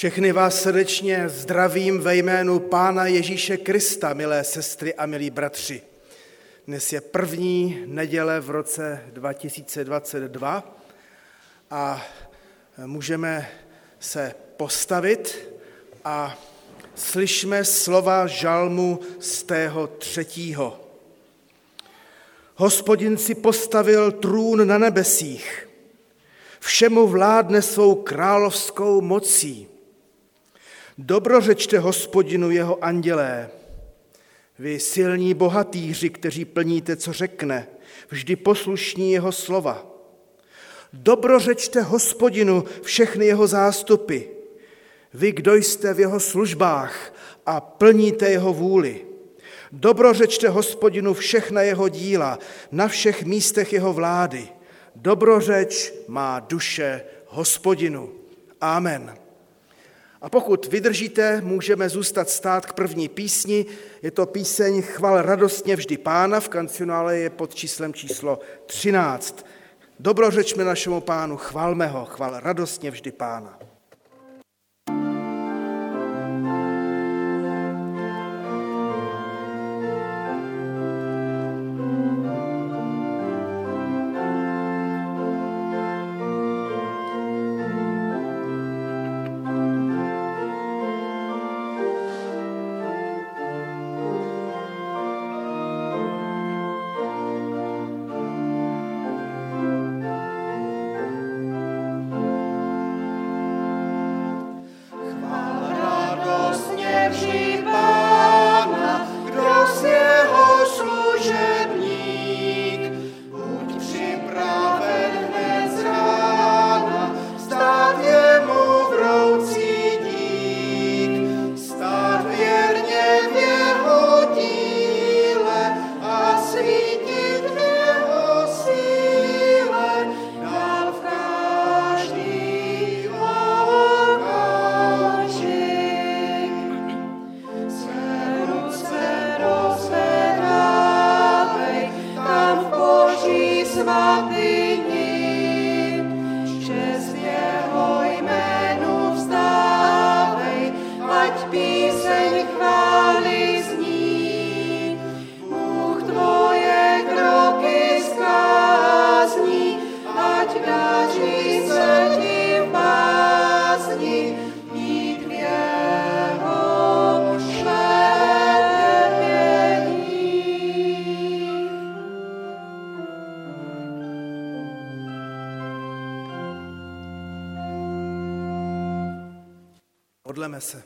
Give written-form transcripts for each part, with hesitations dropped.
Všechny vás srdečně zdravím ve jménu Pána Ježíše Krista, milé sestry a milí bratři. Dnes je první neděle v roce 2022 a můžeme se postavit a slyšme slova žalmu z tého 3. Hospodin si postavil trůn na nebesích, všemu vládne svou královskou mocí. Dobrořečte Hospodinu jeho andělé, vy silní bohatýři, kteří plníte, co řekne, vždy poslušní jeho slova. Dobrořečte Hospodinu všechny jeho zástupy, vy, kdo jste v jeho službách a plníte jeho vůli. Dobrořečte Hospodinu všechna jeho díla, na všech místech jeho vlády. Dobrořeč má duše Hospodinu. Amen. A pokud vydržíte, můžeme zůstat stát k první písni. Je to píseň Chval radostně vždy Pána, v kancionále je pod číslem 13. Dobrořečme našemu Pánu, chvalme ho, chval radostně vždy Pána. Modleme se.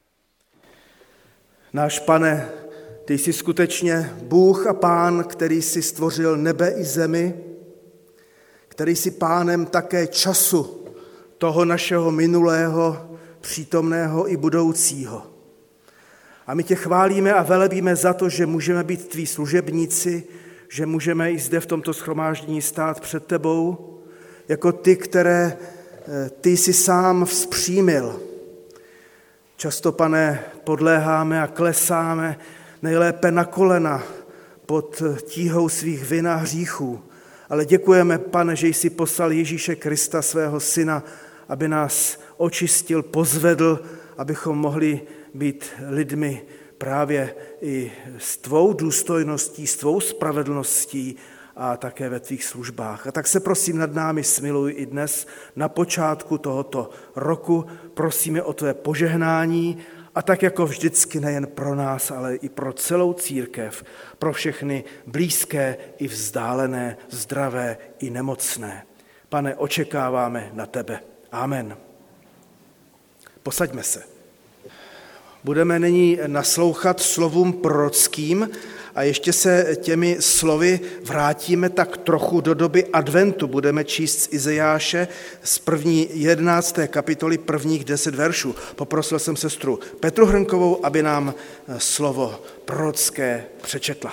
Náš Pane, ty jsi skutečně Bůh a Pán, který jsi stvořil nebe i zemi, který jsi Pánem také času, toho našeho minulého, přítomného i budoucího. A my tě chválíme a velebíme za to, že můžeme být tví služebníci, že můžeme i zde v tomto shromáždění stát před tebou, jako ty, které ty jsi sám vzpřímil. Často, Pane, podléháme a klesáme nejlépe na kolena pod tíhou svých vin a hříchů. Ale děkujeme, Pane, že jsi poslal Ježíše Krista, svého syna, aby nás očistil, pozvedl, abychom mohli být lidmi právě i s tvou důstojností, s tvou spravedlností a také ve tvých službách. A tak se prosím nad námi smiluj i dnes na počátku tohoto roku. Prosíme o tvé požehnání a tak jako vždycky nejen pro nás, ale i pro celou církev, pro všechny blízké i vzdálené, zdravé i nemocné. Pane, očekáváme na tebe. Amen. Posaďme se. Budeme nyní naslouchat slovům prorockým a ještě se těmi slovy vrátíme tak trochu do doby adventu. Budeme číst z Izajáše z 11. kapitoly prvních 10 veršů. Poprosil jsem sestru Petru Hrnkovou, aby nám slovo prorocké přečetla.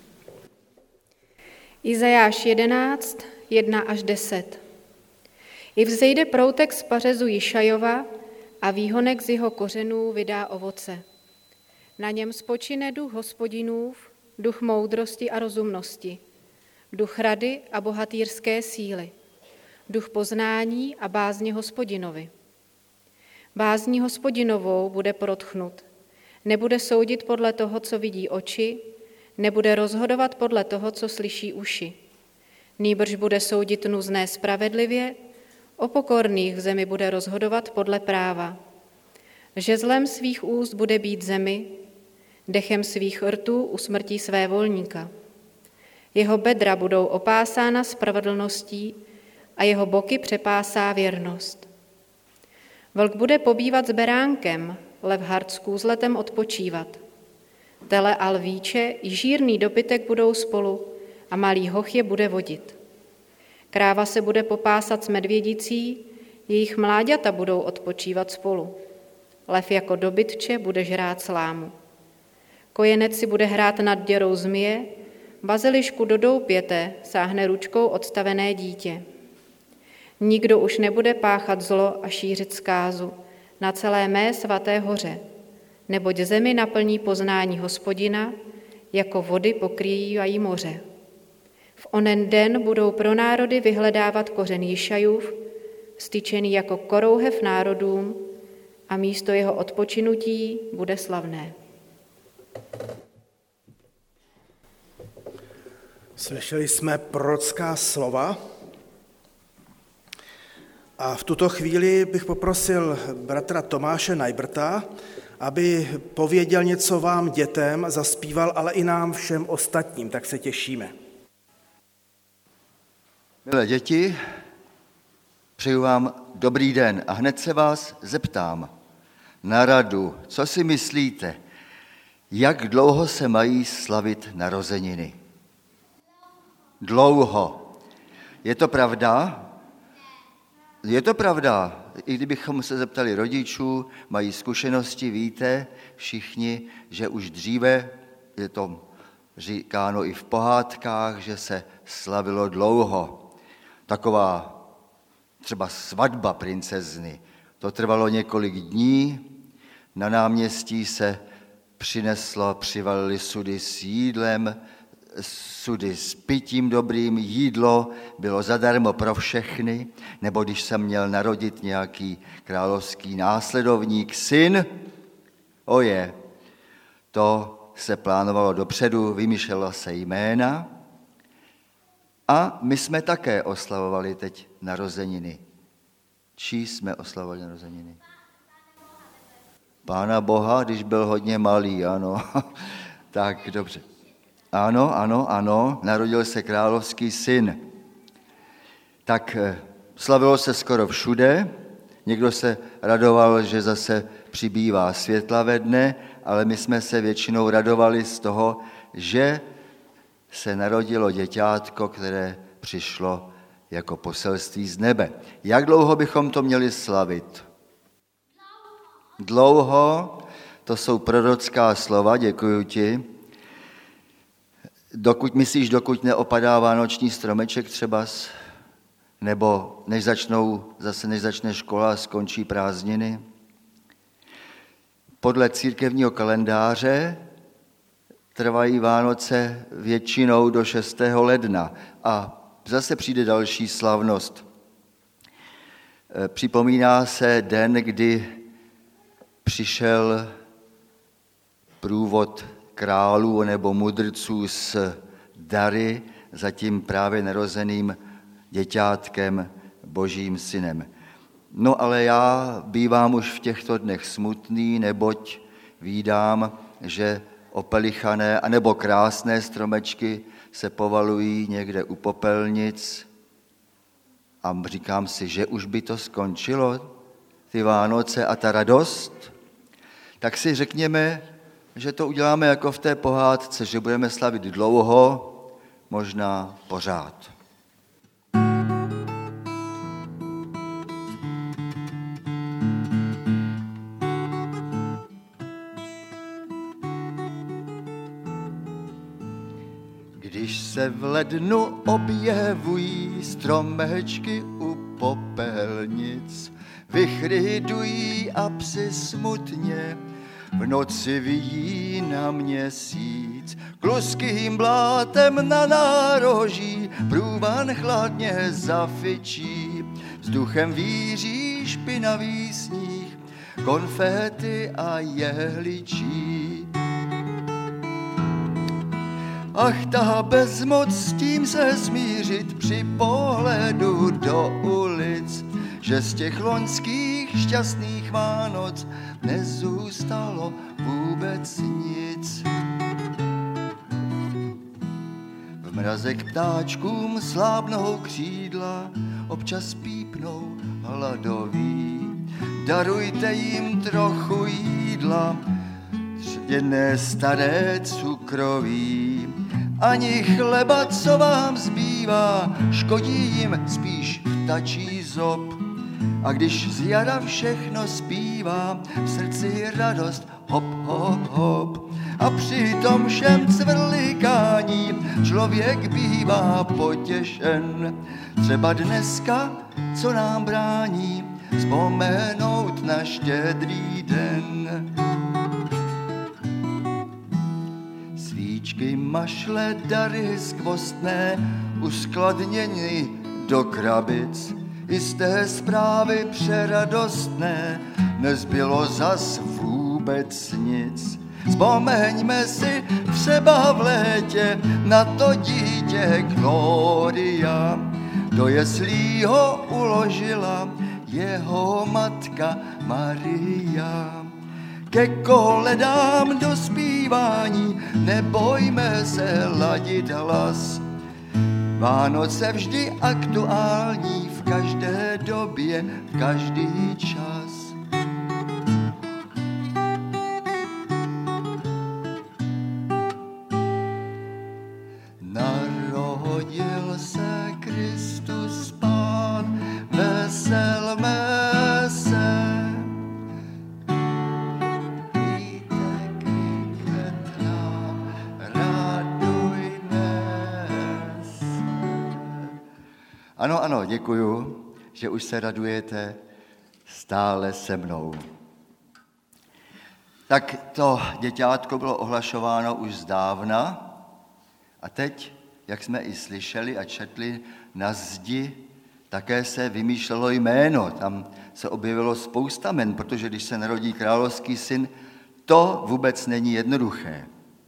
Izajáš 11, 1 až 10. I vzejde proutek z pařezu Jišajova a výhonek z jeho kořenů vydá ovoce. Na něm spočine duch Hospodinův, duch moudrosti a rozumnosti, duch rady a bohatýrské síly, duch poznání a bázně Hospodinovi. Bázní Hospodinovou bude protchnut. Nebude soudit podle toho, co vidí oči, nebude rozhodovat podle toho, co slyší uši. Nýbrž bude soudit nuzné spravedlivě, o pokorných v zemi bude rozhodovat podle práva. Žezlem svých úst bude bít zemi, dechem svých rtů usmrtí své volníka. Jeho bedra budou opásána spravedlností a jeho boky přepásá věrnost. Vlk bude pobývat s beránkem, lev hart s kůzletem odpočívat. Tele a lvíče i žírný dobytek budou spolu a malý hoch je bude vodit. Kráva se bude popásat s medvědicí, jejich mláďata budou odpočívat spolu. Lev jako dobytče bude žrát slámu. Kojenec si bude hrát nad děrou zmije, bazilišku do doupěte sáhne ručkou odstavené dítě. Nikdo už nebude páchat zlo a šířit zkázu na celé mé svaté hoře, neboť zemi naplní poznání Hospodina, jako vody pokrývají moře. V onen den budou pro národy vyhledávat kořen Jišajův, styčený jako korouhev národům, a místo jeho odpočinutí bude slavné. Slyšeli jsme prorocká slova a v tuto chvíli bych poprosil bratra Tomáše Najbrta, aby pověděl něco vám dětem, zaspíval, ale i nám všem ostatním, tak se těšíme. Milé děti, přeju vám dobrý den a hned se vás zeptám na radu, co si myslíte, jak dlouho se mají slavit narozeniny? Dlouho. Je to pravda? Je to pravda. I kdybychom se zeptali rodičů, mají zkušenosti, víte všichni, že už dříve, je to říkáno i v pohádkách, že se slavilo dlouho. Taková třeba svatba princezny. To trvalo několik dní, na náměstí se přivalily sudy s jídlem, sudy s pitím dobrým, jídlo bylo zadarmo pro všechny, nebo když se měl narodit nějaký královský následovník, syn, to se plánovalo dopředu, vymýšlela se jména a my jsme také oslavovali teď narozeniny. Čí jsme oslavovali narozeniny? Pána Boha, když byl hodně malý, ano. Tak, dobře. Ano, narodil se královský syn. Tak slavilo se skoro všude, někdo se radoval, že zase přibývá světla ve dne, ale my jsme se většinou radovali z toho, že se narodilo děťátko, které přišlo jako poselství z nebe. Jak dlouho bychom to měli slavit? Dlouho, to jsou prorocká slova, děkuju ti. Dokud neopadá vánoční stromeček třeba, nebo než začne škola a skončí prázdniny. Podle církevního kalendáře trvají Vánoce většinou do 6. ledna a zase přijde další slavnost. Připomíná se den, kdy přišel průvod králů nebo mudrců s dary za tím právě narozeným děťátkem, Božím synem. No ale já bývám už v těchto dnech smutný, neboť vídám, že opelichané anebo krásné stromečky se povalují někde u popelnic a říkám si, že už by to skončilo, ty Vánoce a ta radost. Tak si řekněme, že to uděláme jako v té pohádce, že budeme slavit dlouho, možná pořád. Když se v lednu objevují stromečky u popelnic, vichry dují a psi smutně v noci vidí na měsíc, kluským blátem na nároží, průvan chladně zafičí, vzduchem víří špinavý sníh, konfety a jehličí. Ach, ta bezmoc, s tím se smířit při pohledu do ulic, že z těch loňských šťastných Vánoc nezůstalo vůbec nic. V mraze k ptáčkům slábnou křídla, občas pípnou hladoví. Darujte jim trochu jídla, jedné staré cukroví. Ani chleba, co vám zbývá, škodí jim spíš vtačí zob. A když z jara všechno zpívá, v srdci radost hop, hop, hop. A při tom všem cvrlikání člověk bývá potěšen. Třeba dneska, co nám brání, vzpomenout na Štědrý den. Svíčky, mašle, dary skvostné, uskladněny do krabic. I z té zprávy přeradostné nezbylo zas vůbec nic. Vzpomeňme si třeba v létě na to dítě Gloria. Do jeslí ho uložila jeho matka Maria. Ke koledám do zpívání nebojme se ladit hlas. Vánoce vždy aktuální, v každé době, v každý čas. Narodil se Kristus Pán, veselme se. Vítek vypět nám, radujme se. Ano, děkuju, že už se radujete stále se mnou. Tak to děťátko bylo ohlašováno už zdávna a teď, jak jsme i slyšeli a četli na zdi, také se vymýšlelo jméno. Tam se objevilo spousta jmen, protože když se narodí královský syn, to vůbec není jednoduché.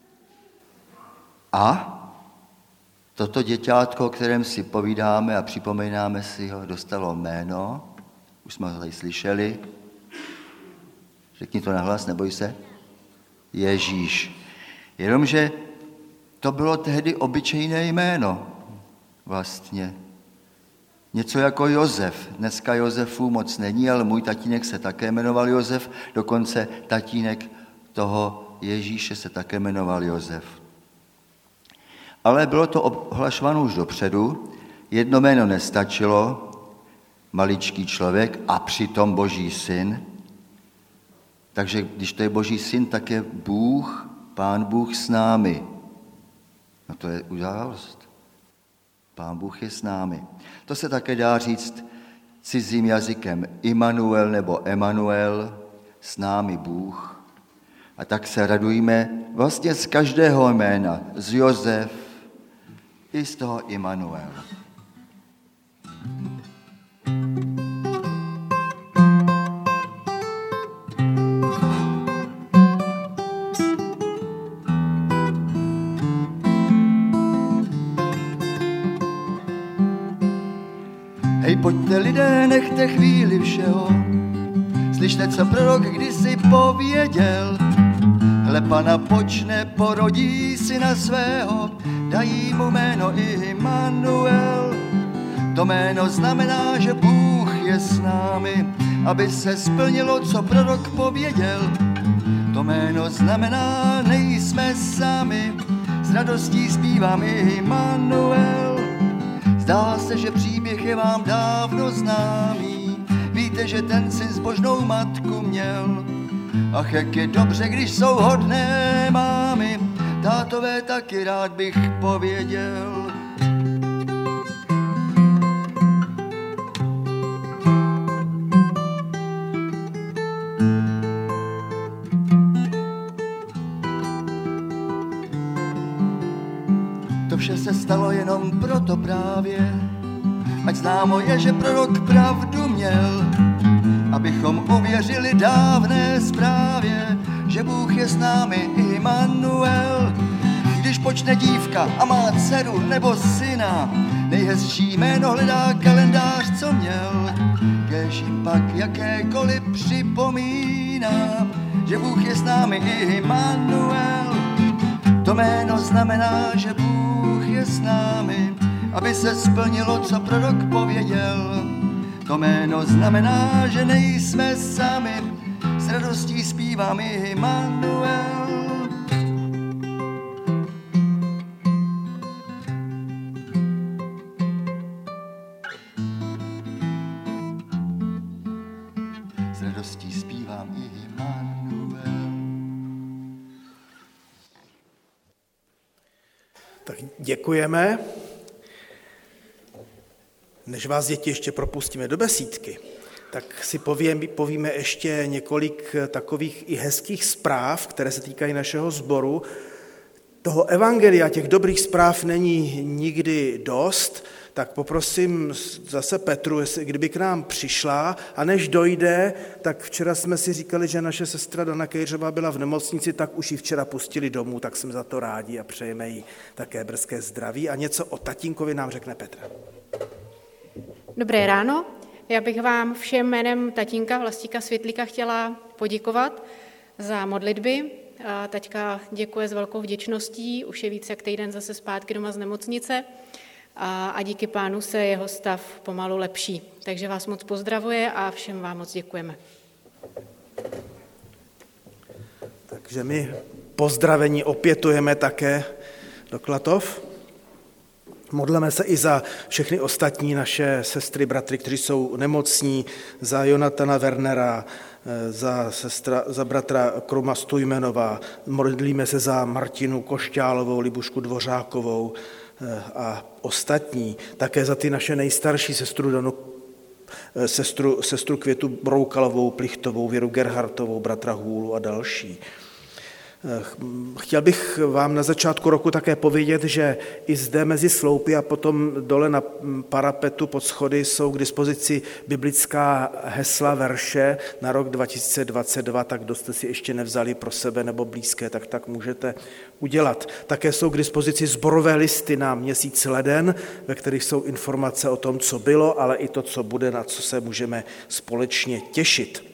A toto děťátko, o kterém si povídáme a připomínáme si ho, dostalo jméno. Už jsme ho tady slyšeli. Řekni to nahlas, neboj se. Ježíš. Jenomže to bylo tehdy obyčejné jméno vlastně. Něco jako Josef. Dneska Josefů moc není, ale můj tatínek se také jmenoval Josef, dokonce tatínek toho Ježíše se také jmenoval Josef. Ale bylo to ohlašováno už dopředu, jedno jméno nestačilo, maličký člověk a přitom Boží syn. Takže když to je Boží syn, tak je Bůh, Pán Bůh s námi. No to je událost. Pán Bůh je s námi. To se také dá říct cizím jazykem Immanuel nebo Emanuel, s námi Bůh. A tak se radujeme vlastně z každého jména, z Josef i z toho Immanuel. Hej, pojďte lidé, nechte chvíli všeho, slyšte, co prorok kdysi pověděl. Hle, Pana počne, porodí syna svého, dají mu jméno Immanuel. To jméno znamená, že Bůh je s námi, aby se splnilo, co prorok pověděl. To jméno znamená, nejsme sami, s radostí zpívám Immanuel. Zdá se, že příběh je vám dávno známý, víte, že ten syn zbožnou matku měl. Ach, jak je dobře, když jsou hodné mámy, tátové taky rád bych pověděl. To vše se stalo jenom proto právě, ať známo je, že prorok pravdu měl. abychom uvěřili dávné zprávě, že Bůh je s námi, Immanuel. Když počne dívka a má dceru nebo syna, nejhezčí jméno hledá kalendář, co měl. Kéž jim pak jakékoliv připomíná, že Bůh je s námi, Immanuel. To jméno znamená, že Bůh je s námi, aby se splnilo, co prorok pověděl. To jméno znamená, že nejsme sami, s radostí zpívám Immanuel. S radostí zpívám Immanuel. Tak děkujeme. Než vás, děti, ještě propustíme do besídky, tak si povíme ještě několik takových i hezkých zpráv, které se týkají našeho sboru. Toho evangelia, těch dobrých zpráv není nikdy dost, tak poprosím zase Petru, kdyby k nám přišla, a než dojde, tak včera jsme si říkali, že naše sestra Dana Kejřová byla v nemocnici, tak už ji včera pustili domů, tak jsme za to rádi a přejeme jí také brzké zdraví. A něco o tatínkovi nám řekne Petra. Dobré ráno. Já bych vám všem jménem tatínka Vlastíka Světlíka chtěla poděkovat za modlitby. Taťka děkuje s velkou vděčností, už je více jak týden zase zpátky doma z nemocnice a díky Pánu se jeho stav pomalu lepší. Takže vás moc pozdravuje a všem vám moc děkujeme. Takže my pozdravení opětujeme také do Klatov. Modleme se i za všechny ostatní naše sestry, bratry, kteří jsou nemocní, za Jonatana Wernera, za bratra Kruma Stojmenova, modlíme se za Martinu Košťálovou, Libušku Dvořákovou a ostatní. Také za ty naše nejstarší sestru Květu Broukalovou, Plichtovou, Věru Gerhartovou, bratra Hůlu a další. Chtěl bych vám na začátku roku také povědět, že i zde mezi sloupy a potom dole na parapetu pod schody jsou k dispozici biblická hesla, verše na rok 2022, tak kdo jste si ještě nevzali pro sebe nebo blízké, tak můžete udělat. Také jsou k dispozici sborové listy na měsíc leden, ve kterých jsou informace o tom, co bylo, ale i to, co bude, na co se můžeme společně těšit.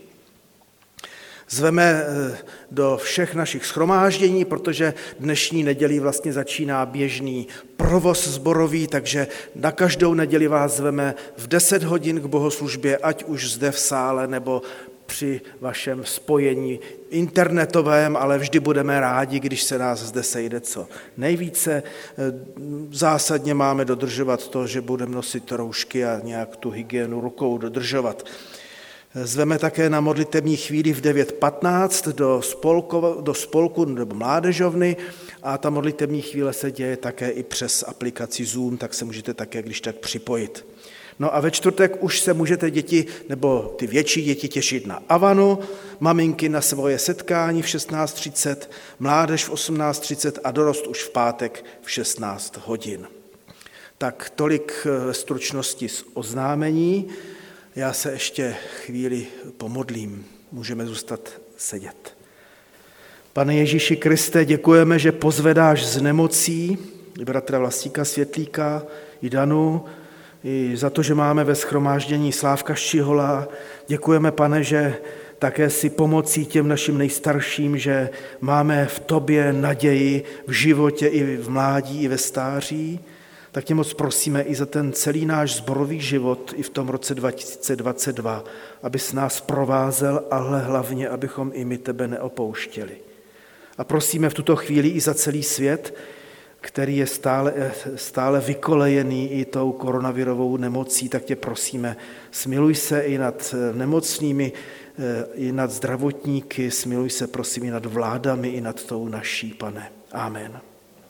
Zveme do všech našich shromáždění, protože dnešní neděli vlastně začíná běžný provoz sborový, takže na každou neděli vás zveme v 10 hodin k bohoslužbě, ať už zde v sále nebo při vašem spojení internetovém, ale vždy budeme rádi, když se nás zde sejde co nejvíce. Zásadně máme dodržovat to, že budeme nosit roušky a nějak tu hygienu rukou dodržovat. Zveme také na modlitební chvíli v 9:15 do spolku nebo mládežovny a ta modlitební chvíle se děje také i přes aplikaci Zoom, tak se můžete také když tak připojit. No a ve čtvrtek už se můžete děti, nebo ty větší děti těšit na Avanu, maminky na svoje setkání v 16:30, mládež v 18:30 a dorost už v pátek v 16 hodin. Tak tolik stručnosti z oznámení. Já se ještě chvíli pomodlím. Můžeme zůstat sedět. Pane Ježíši Kriste, děkujeme, že pozvedáš z nemocí bratra Vlastíka Světlíka i Danu, i za to, že máme ve shromáždění Slávka Ščihola. Děkujeme, Pane, že také si pomocí těm našim nejstarším, že máme v tobě naději v životě i v mládí, i ve stáří. Tak tě moc prosíme i za ten celý náš sborový život i v tom roce 2022, abys nás provázel, ale hlavně, abychom i my tebe neopouštěli. A prosíme v tuto chvíli i za celý svět, který je stále vykolejený i tou koronavirovou nemocí, tak tě prosíme, smiluj se i nad nemocnými, i nad zdravotníky, smiluj se prosím i nad vládami, i nad tou naší, Pane. Amen.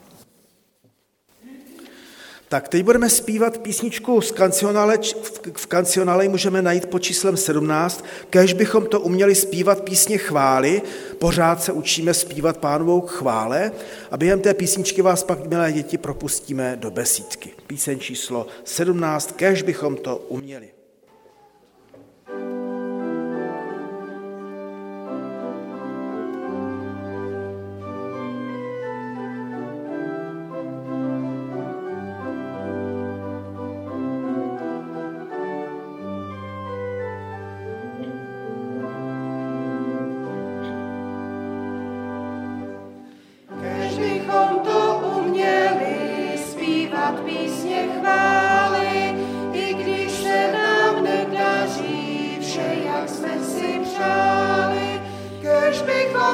Tak teď budeme zpívat písničku z kancionále, v kancionále můžeme najít pod číslem 17, kéž bychom to uměli zpívat písně chvály, pořád se učíme zpívat Pánovou chvále a během té písničky vás pak, milé děti, propustíme do besídky. Píseň číslo 17, kéž bychom to uměli.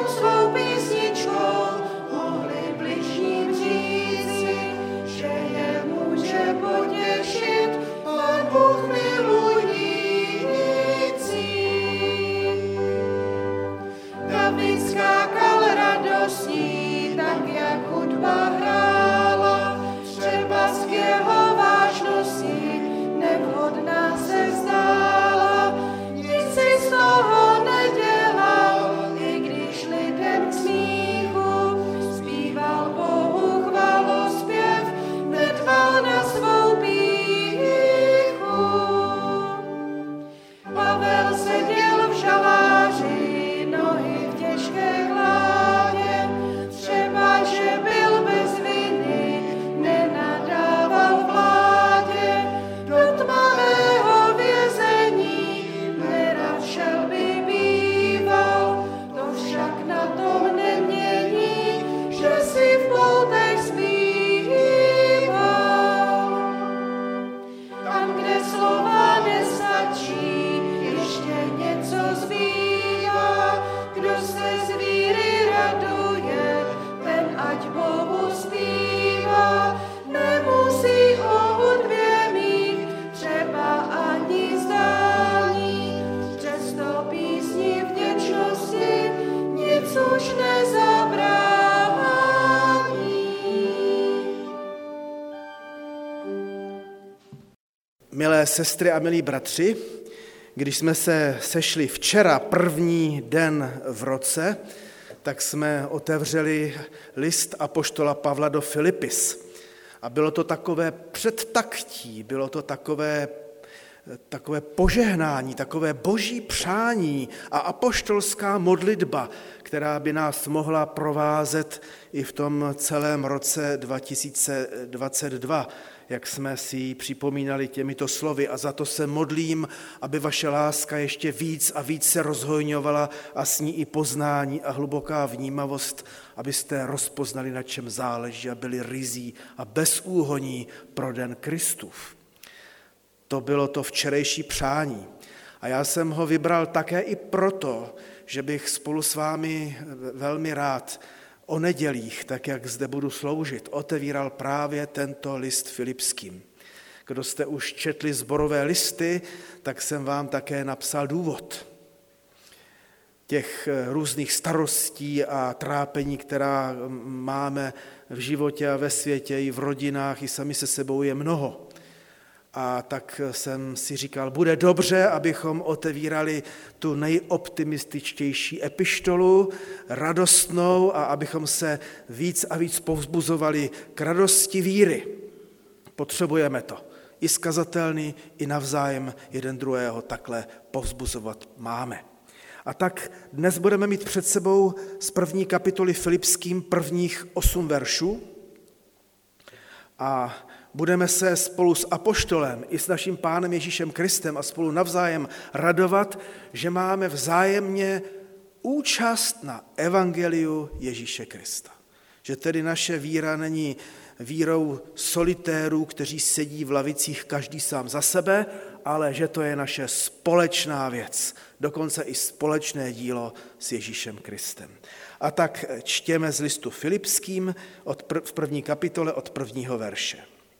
nám svou písničkou mohli bližním říci, že je může potěšit Pán Bůh milující. David skákal radostí, tak jak hudba hrála, třeba z jeho vážnosti nevhodná se zdála. Nic si z toho nedělal, i když lidem k smíchu zpíval Bohu chvalospěv, nedbal na svou pýchu. Pavel seděl v žaláři, nohy v těžké kládě, třeba že byl bez viny, nenadával vládě. Do tmavého vězení nerad šel by býval, to však na tom nemění, že si v poutech zpíval. Tam, kde slova nestačí, ještě něco zbývá. Kdo se z víry raduje, ten ať Bohu zpívá. Nemusí o hudbě mít třeba ani zdání, přesto písni vděčnosti nic už nezabrání. Milé sestry a milí bratři, když jsme se sešli včera, první den v roce, tak jsme otevřeli list apoštola Pavla do Filipis. A bylo to takové předtaktí, bylo to takové požehnání, takové boží přání a apoštolská modlitba, která by nás mohla provázet i v tom celém roce 2022, jak jsme si ji připomínali těmito slovy. A za to se modlím, aby vaše láska ještě víc a víc se rozhojňovala a s ní i poznání a hluboká vnímavost, abyste rozpoznali, na čem záleží a byli ryzí a bezúhonní pro den Kristův. To bylo to včerejší přání. A já jsem ho vybral také i proto, že bych spolu s vámi velmi rád o nedělích, tak jak zde budu sloužit, otevíral právě tento list Filipským. Kdo jste už četli sborové listy, tak jsem vám také napsal důvod těch různých starostí a trápení, která máme v životě a ve světě, i v rodinách, i sami se sebou je mnoho. A tak jsem si říkal, bude dobře, abychom otevírali tu nejoptimističtější epištolu, radostnou, a abychom se víc a víc povzbuzovali k radosti víry. Potřebujeme to. I skazatelný, i navzájem jeden druhého takhle povzbuzovat máme. A tak dnes budeme mít před sebou z první kapitoly Filipským prvních 8 veršů a budeme se spolu s apoštolem i s naším Pánem Ježíšem Kristem a spolu navzájem radovat, že máme vzájemně účast na evangeliu Ježíše Krista. Že tedy naše víra není vírou solitérů, kteří sedí v lavicích každý sám za sebe, ale že to je naše společná věc, dokonce i společné dílo s Ježíšem Kristem. A tak čtěme z listu Filipským v první kapitole od 1. verše.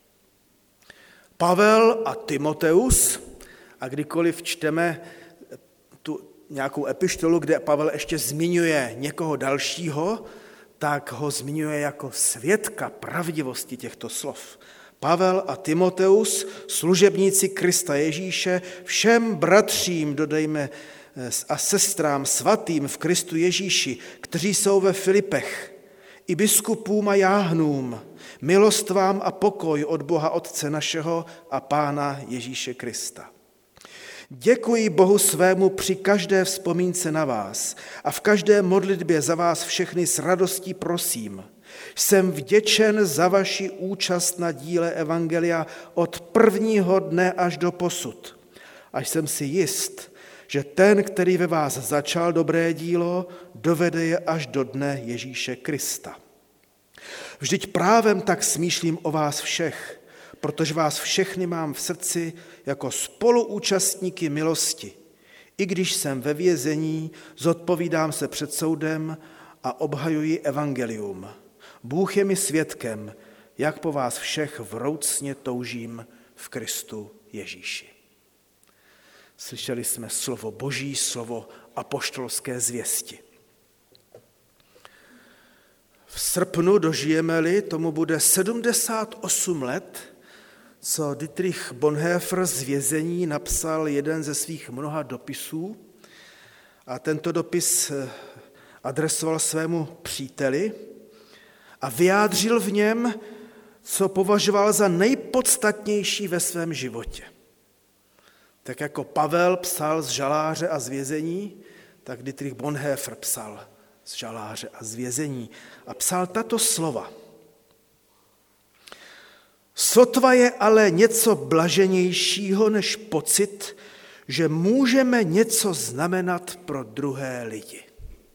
Pavel a Timoteus, a kdykoliv čteme tu nějakou epištolu, kde Pavel ještě zmiňuje někoho dalšího, tak ho zmiňuje jako svědka pravdivosti těchto slov. Pavel a Timoteus, služebníci Krista Ježíše, všem bratřím, dodejme, a sestrám svatým v Kristu Ježíši, kteří jsou ve Filipech, i biskupům a jáhnům, milost vám a pokoj od Boha Otce našeho a Pána Ježíše Krista. Děkuji Bohu svému při každé vzpomínce na vás a v každé modlitbě za vás všechny s radostí prosím. Jsem vděčen za vaši účast na díle evangelia od prvního dne až do posud. A jsem si jist, že ten, který ve vás začal dobré dílo, dovede je až do dne Ježíše Krista. Vždyť právem tak smýšlím o vás všech, protože vás všechny mám v srdci jako spoluúčastníky milosti. I když jsem ve vězení, zodpovídám se před soudem a obhajuji evangelium. Bůh je mi svědkem, jak po vás všech vroucně toužím v Kristu Ježíši. Slyšeli jsme slovo Boží, slovo apoštolské zvěsti. V srpnu dožijeme-li, tomu bude 78 let, co Dietrich Bonhoeffer z vězení napsal jeden ze svých mnoha dopisů a tento dopis adresoval svému příteli a vyjádřil v něm, co považoval za nejpodstatnější ve svém životě. Tak jako Pavel psal z žaláře a z vězení, tak Dietrich Bonhoeffer psal z žaláře a z vězení a psal tato slova. Sotva je ale něco blaženějšího než pocit, že můžeme něco znamenat pro druhé lidi.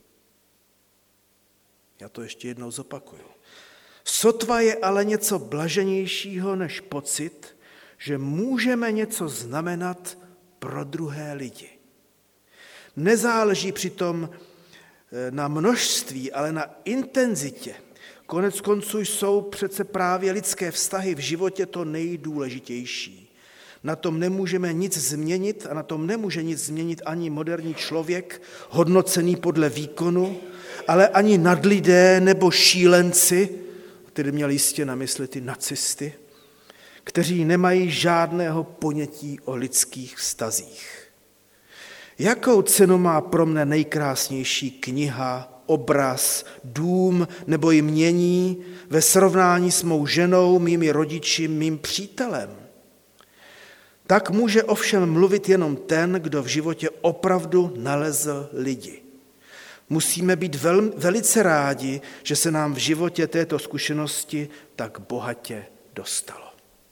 Já to ještě jednou zopakuju. Sotva je ale něco blaženějšího než pocit, že můžeme něco znamenat pro druhé lidi. Nezáleží přitom na množství, ale na intenzitě. Konec konců jsou přece právě lidské vztahy v životě to nejdůležitější. Na tom nemůžeme nic změnit a na tom nemůže nic změnit ani moderní člověk, hodnocený podle výkonu, ale ani nadlidé nebo šílenci, který měl jistě na mysli ty nacisty, kteří nemají žádného ponětí o lidských vztazích. Jakou cenu má pro mne nejkrásnější kniha, obraz, dům nebo jmění ve srovnání s mou ženou, mými rodiči, mým přítelem? Tak může ovšem mluvit jenom ten, kdo v životě opravdu nalezl lidi. Musíme být velice rádi, že se nám v životě této zkušenosti tak bohatě dostalo.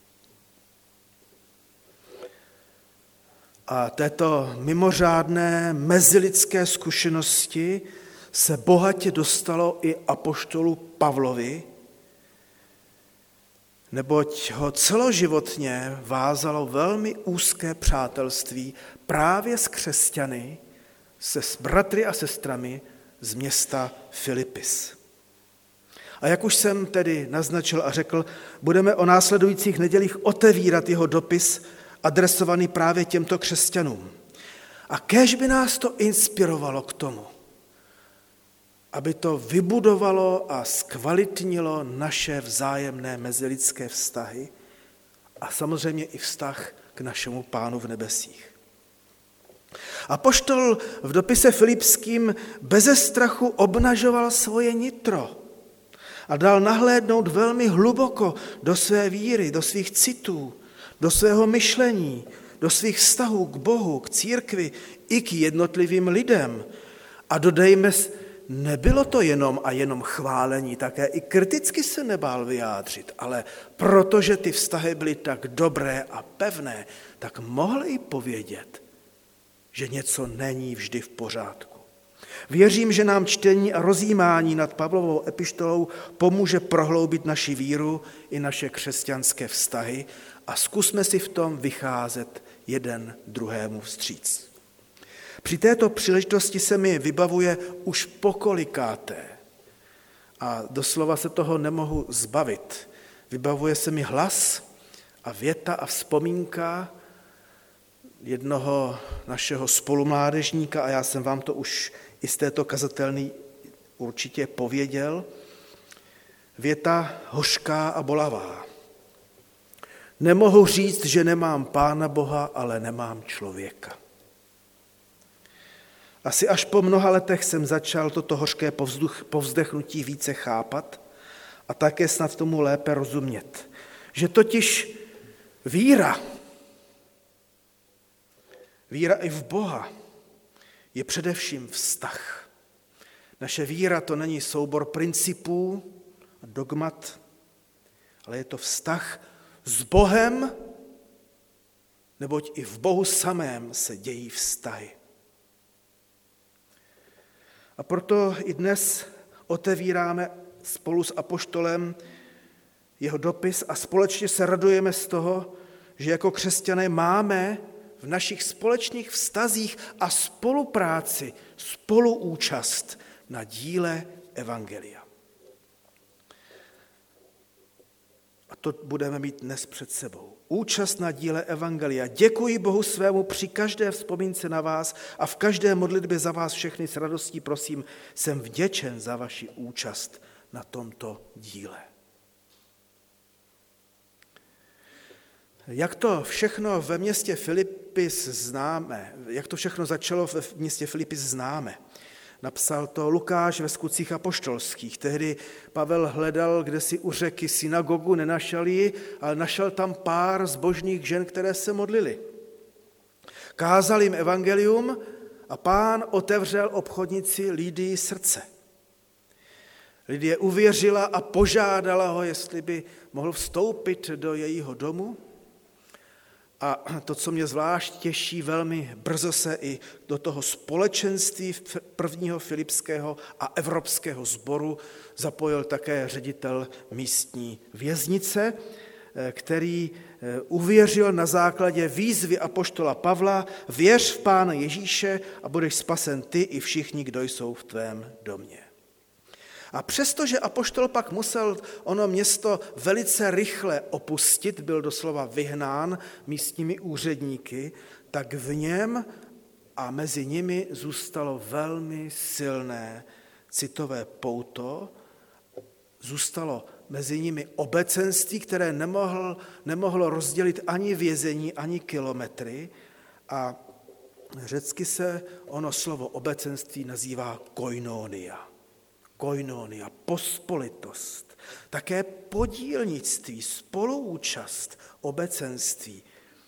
A této mimořádné mezilidské zkušenosti se bohatě dostalo i apoštolu Pavlovi, neboť ho celoživotně vázalo velmi úzké přátelství právě s křesťany, se s bratry a sestrami z města Filipis. A jak už jsem tedy naznačil a řekl, budeme o následujících nedělích otevírat jeho dopis adresovaný právě těmto křesťanům. A kéž by nás to inspirovalo k tomu, aby to vybudovalo a zkvalitnilo naše vzájemné mezilidské vztahy a samozřejmě i vztah k našemu Pánu v nebesích. Apoštol v dopise Filipským beze strachu obnažoval svoje nitro a dal nahlédnout velmi hluboko do své víry, do svých citů, do svého myšlení, do svých vztahů k Bohu, k církvi i k jednotlivým lidem. A dodejme, nebylo to jenom chválení, také i kriticky se nebál vyjádřit, ale protože ty vztahy byly tak dobré a pevné, tak mohl i povědět, že něco není vždy v pořádku. Věřím, že nám čtení a rozjímání nad Pavlovou epištolou pomůže prohloubit naši víru i naše křesťanské vztahy a zkusme si v tom vycházet jeden druhému vstříc. Při této příležitosti se mi vybavuje už pokolikáté a doslova se toho nemohu zbavit. Vybavuje se mi hlas a věta a vzpomínka jednoho našeho spolumládežníka a já jsem vám to už i z této kazatelny určitě pověděl. Věta hořká a bolavá. Nemohu říct, že nemám Pána Boha, ale nemám člověka. Asi až po mnoha letech jsem začal toto hořké povzdechnutí více chápat a také snad tomu lépe rozumět. Že totiž víra i v Boha je především vztah. Naše víra to není soubor principů a dogmat, ale je to vztah s Bohem, neboť i v Bohu samém se dějí vztahy. A proto i dnes otevíráme spolu s apoštolem jeho dopis a společně se radujeme z toho, že jako křesťané máme v našich společných vztazích a spolupráci, spoluúčast na díle evangelia. A to budeme mít dnes před sebou. Účast na díle evangelia. Děkuji Bohu svému při každé vzpomínce na vás a v každé modlitbě za vás všechny s radostí prosím, jsem vděčen za vaši účast na tomto díle. Jak to všechno ve městě Filipis známe, jak to všechno začalo ve městě Filipis známe. Napsal to Lukáš ve Skutcích apoštolských. Tehdy Pavel hledal kdesi u řeky synagogu, nenašel ji, ale našel tam pár zbožných žen, které se modlily. Kázal jim evangelium a Pán otevřel obchodnici Lidii srdce. Lidie uvěřila a požádala ho, jestli by mohl vstoupit do jejího domu. A to, co mě zvlášť těší, velmi brzo se i do toho společenství prvního filipského a evropského sboru zapojil také ředitel místní věznice, který uvěřil na základě výzvy apoštola Pavla: věř v Pána Ježíše a budeš spasen ty i všichni, kdo jsou v tvém domě. A přestože apoštol pak musel ono město velice rychle opustit, byl doslova vyhnán místními úředníky, tak v něm a mezi nimi zůstalo velmi silné citové pouto, zůstalo mezi nimi obecenství, které nemohlo rozdělit ani vězení, ani kilometry, a řecky se ono slovo obecenství nazývá koinonia. Koinonia, pospolitost, také podílnictví, spoluúčast, obecenství.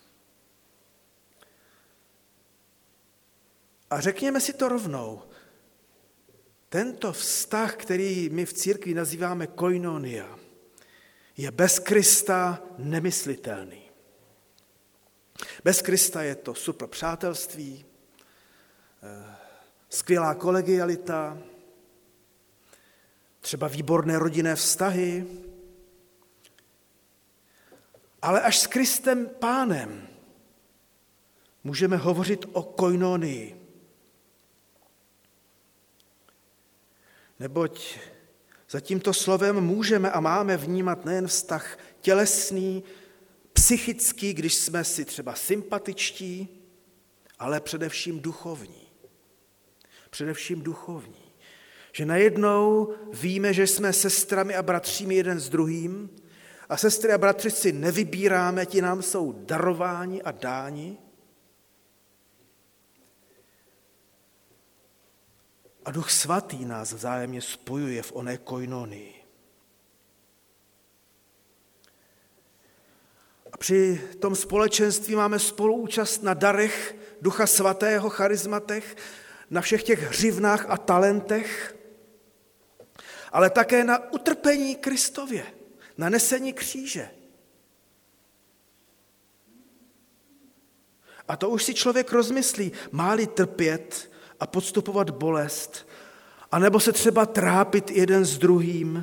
A řekněme si to rovnou, tento vztah, který my v církvi nazýváme koinonia, je bez Krista nemyslitelný. Bez Krista je to super přátelství, skvělá kolegialita, třeba výborné rodinné vztahy, ale až s Kristem Pánem můžeme hovořit o koinonii. Neboť za tímto slovem můžeme a máme vnímat nejen vztah tělesný, psychický, když jsme si třeba sympatičtí, ale především duchovní. Především duchovní. Že najednou víme, že jsme sestrami a bratřími jeden s druhým a sestry a bratři si nevybíráme, ti nám jsou darováni a dáni. A Duch Svatý nás vzájemně spojuje v oné koinonii. A při tom společenství máme spoluúčast na darech Ducha Svatého, charizmatech, na všech těch hřivnách a talentech, ale také na utrpení Kristově, na nesení kříže. A to už si člověk rozmyslí, má-li trpět a podstupovat bolest, anebo se třeba trápit jeden s druhým.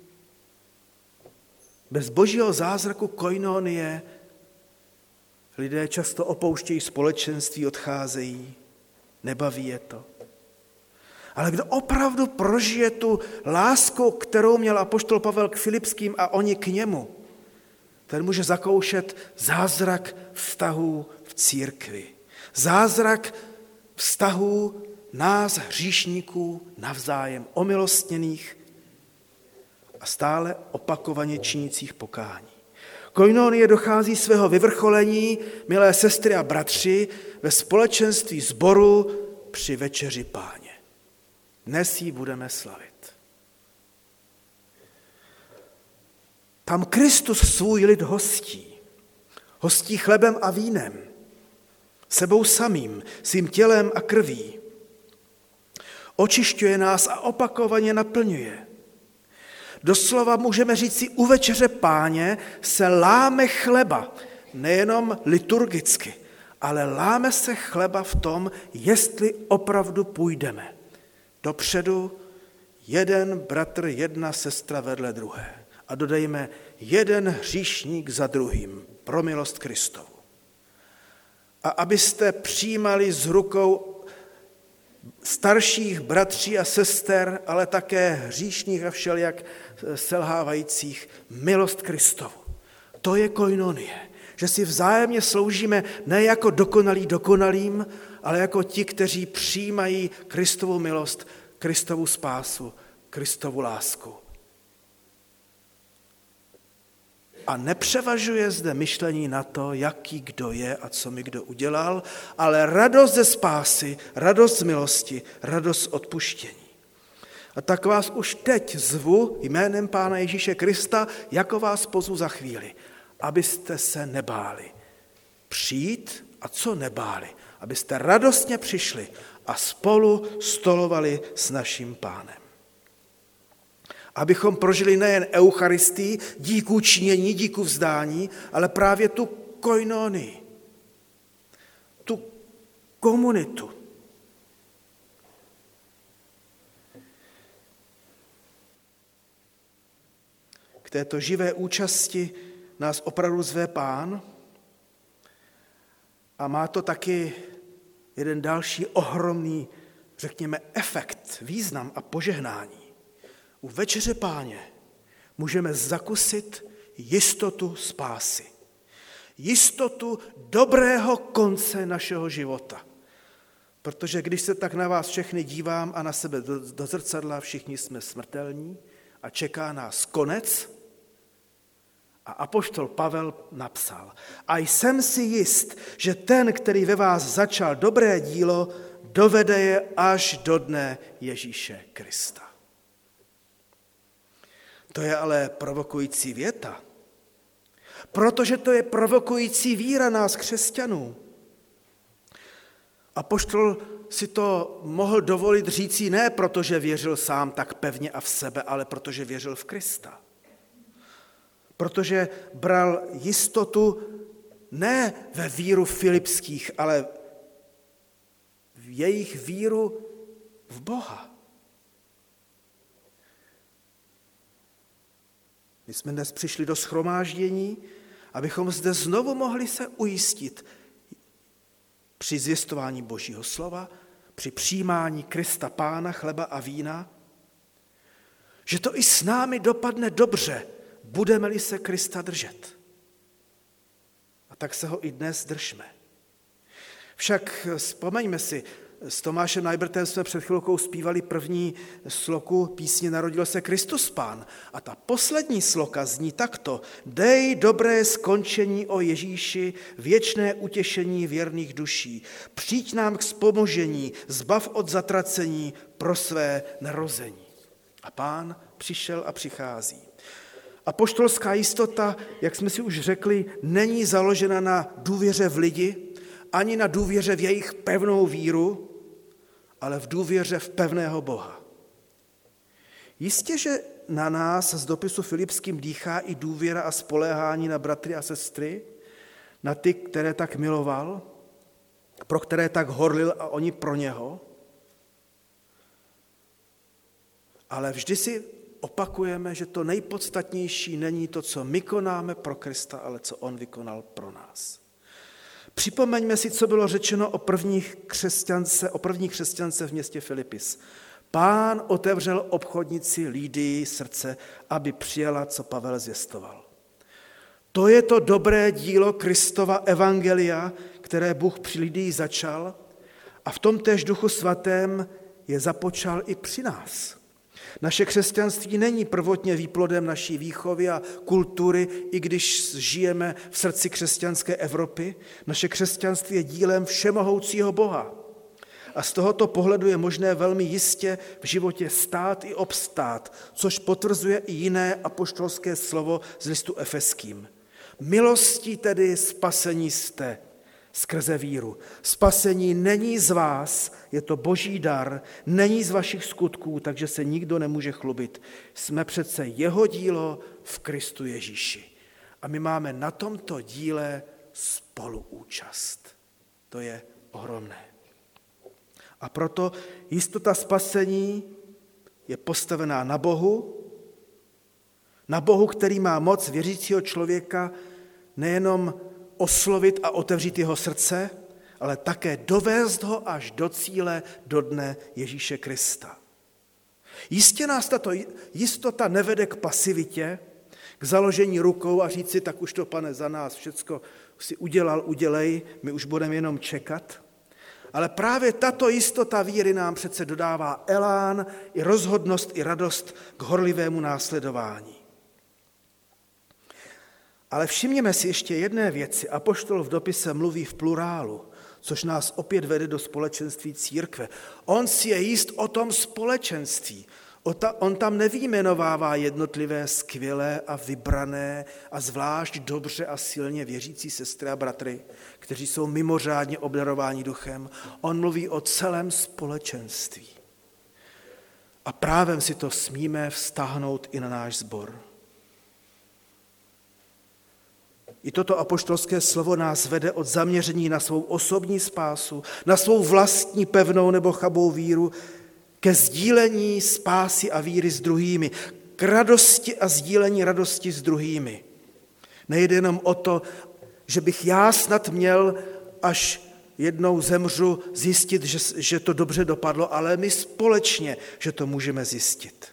Bez božího zázraku koinonie lidé často opouštějí společenství, odcházejí, nebaví je to. Ale kdo opravdu prožije tu lásku, kterou měl apoštol Pavel k Filipským a oni k němu, ten může zakoušet zázrak vztahů v církvi. Zázrak vztahů nás, hříšníků, navzájem omilostněných a stále opakovaně činících pokání. Koinonie dochází svého vyvrcholení, milé sestry a bratři, ve společenství sboru při večeři Páně. Dnes ji budeme slavit. Tam Kristus svůj lid hostí. Hostí chlebem a vínem, sebou samým, svým tělem a krví. Očišťuje nás a opakovaně naplňuje. Doslova můžeme říct si, u večeře Páně se láme chleba, nejenom liturgicky, ale láme se chleba v tom, jestli opravdu půjdeme dopředu, jeden bratr, jedna sestra vedle druhé. A dodejme, jeden hříšník za druhým, pro milost Kristovu. a abyste přijímali z rukou starších bratří a sester, ale také hříšných a všelijak selhávajících milost Kristovu. To je koinonie, že si vzájemně sloužíme ne jako dokonalí dokonalým, ale jako ti, kteří přijímají Kristovu milost, Kristovu spásu, Kristovu lásku. A nepřevažuje zde myšlení na to, jaký kdo je a co mi kdo udělal, ale radost ze spásy, radost z milosti, radost z odpuštění. A tak vás už teď zvu jménem Pána Ježíše Krista, jako vás pozvu za chvíli, abyste se nebáli přijít a co nebáli, abyste radostně přišli a spolu stolovali s naším Pánem. Abychom prožili nejen Eucharistii, díku činění, díku vzdání, ale právě tu koinonii, tu komunitu. K této živé účasti nás opravdu zve Pán a má to taky jeden další ohromný, řekněme, efekt, význam a požehnání. U večeře Páně můžeme zakusit jistotu spásy. Jistotu dobrého konce našeho života. Protože když se tak na vás všechny dívám a na sebe do zrcadla, všichni jsme smrtelní a čeká nás konec. A apoštol Pavel napsal: a jsem si jist, že ten, který ve vás začal dobré dílo, dovede je až do dne Ježíše Krista. To je ale provokující věta, protože to je provokující víra nás křesťanů. Apoštol si to mohl dovolit říci ne protože věřil sám tak pevně a v sebe, ale protože věřil v Krista. Protože bral jistotu ne ve víru filipských, ale v jejich víru v Boha. My jsme dnes přišli do shromáždění, abychom zde znovu mohli se ujistit při zvěstování Božího slova, při přijímání Krista Pána, chleba a vína, že to i s námi dopadne dobře, budeme-li se Krista držet. A tak se ho i dnes držme. Však vzpomeňme si, s Tomášem Najbrtem jsme před chvilkou zpívali první sloku písně Narodil se Kristus Pán. A ta poslední sloka zní takto: dej dobré skončení o Ježíši, věčné utěšení věrných duší. Přijď nám k vzpomožení, zbav od zatracení pro své narození. A Pán přišel a přichází. Apoštolská jistota, jak jsme si už řekli, není založena na důvěře v lidi, ani na důvěře v jejich pevnou víru, ale v důvěře v pevného Boha. Jistě, že na nás z dopisu Filipským dýchá i důvěra a spoléhání na bratry a sestry, na ty, které tak miloval, pro které tak horlil a oni pro něho. Ale vždy si opakujeme, že to nejpodstatnější není to, co my konáme pro Krista, ale co on vykonal pro nás. Připomeňme si, co bylo řečeno o první křesťance v městě Filipis. Pán otevřel obchodnici Lidii srdce, aby přijala, co Pavel zvěstoval. To je to dobré dílo Kristova evangelia, které Bůh při Lidii začal a v tom též Duchu Svatém je započal i při nás. Naše křesťanství není prvotně výplodem naší výchovy a kultury, i když žijeme v srdci křesťanské Evropy. Naše křesťanství je dílem všemohoucího Boha. A z tohoto pohledu je možné velmi jistě v životě stát i obstát, což potvrzuje i jiné apoštolské slovo z listu Efeským. Milostí tedy spasení jste skrze víru. Spasení není z vás, je to Boží dar, není z vašich skutků, takže se nikdo nemůže chlubit. Jsme přece jeho dílo v Kristu Ježíši. A my máme na tomto díle spoluúčast. To je ohromné. A proto jistota spasení je postavená na Bohu, který má moc věřícího člověka nejenom oslovit a otevřít jeho srdce, ale také dovést ho až do cíle, do dne Ježíše Krista. Jistě nás tato jistota nevede k pasivitě, k založení rukou a říci, tak už to, Pane, za nás všecko si udělal, udělej, my už budeme jenom čekat. Ale právě tato jistota víry nám přece dodává elán, i rozhodnost, i radost k horlivému následování. Ale všimněme si ještě jedné věci. Apoštol v dopise mluví v plurálu, což nás opět vede do společenství církve. On si je jist o tom společenství. On tam nevyjmenovává jednotlivé skvělé a vybrané a zvlášť dobře a silně věřící sestry a bratry, kteří jsou mimořádně obdarováni duchem. On mluví o celém společenství. A právem si to smíme vztáhnout i na náš sbor. I toto apoštolské slovo nás vede od zaměření na svou osobní spásu, na svou vlastní pevnou nebo chabou víru, ke sdílení spásy a víry s druhými, k radosti a sdílení radosti s druhými. Nejde jenom o to, že bych já snad měl, až jednou zemřu, zjistit, že to dobře dopadlo, ale my společně, že to můžeme zjistit.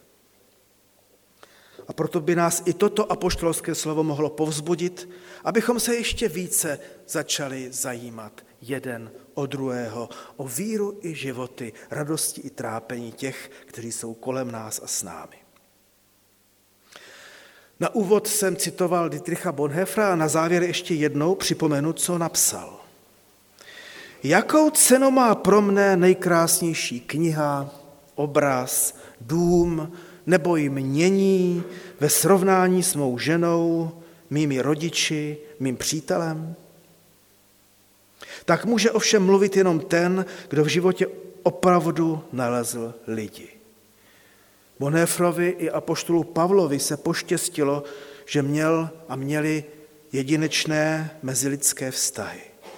A proto by nás i toto apoštolské slovo mohlo povzbudit, abychom se ještě více začali zajímat jeden o druhého, o víru i životy, radosti i trápení těch, kteří jsou kolem nás a s námi. Na úvod jsem citoval Dietricha Bonhoeffera a na závěr ještě jednou připomenu, co napsal. Jakou cenu má pro mne nejkrásnější kniha, obraz, dům nebo jmění ve srovnání s mou ženou, mými rodiči, mým přítelem? Tak může ovšem mluvit jenom ten, kdo v životě opravdu nalezl lidi. Bonhoefferovi i apoštolu Pavlovi se poštěstilo, že měl a měli jedinečné mezilidské vztahy.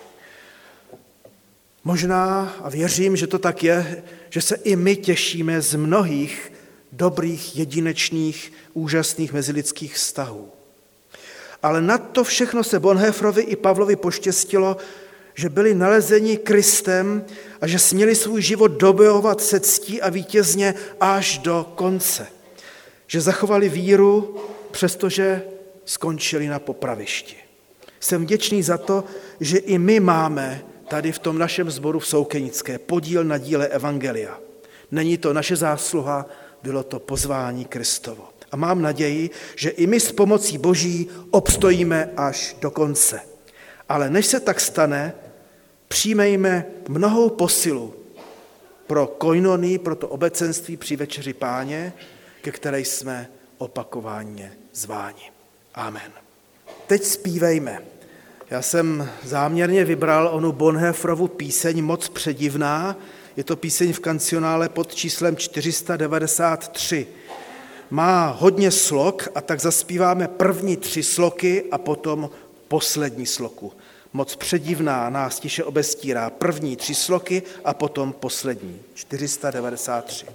Možná, a věřím, že to tak je, že se i my těšíme z mnohých dobrých, jedinečných, úžasných mezilidských vztahů. Ale nad to všechno se Bonhoefferovi i Pavlovi poštěstilo, že byli nalezeni Kristem a že směli svůj život dobojovat se ctí a vítězně až do konce. Že zachovali víru, přestože skončili na popravišti. Jsem vděčný za to, že i my máme tady v tom našem sboru v Soukenické podíl na díle evangelia. Není to naše zásluha, bylo to pozvání Kristovo. A mám naději, že i my s pomocí Boží obstojíme až do konce. Ale než se tak stane, přijmejme mnohou posilu pro koinonii, pro to obecenství při večeři Páně, ke které jsme opakovaně zváni. Amen. Teď zpívejme. Já jsem záměrně vybral onu Bonhoefferovu píseň Moc předivná. Je to píseň v kancionále pod číslem 493. Má hodně slok a tak zaspíváme první 3 sloky a potom poslední sloku. Moc předivná nás tiše obestírá, první 3 sloky a potom poslední, 493.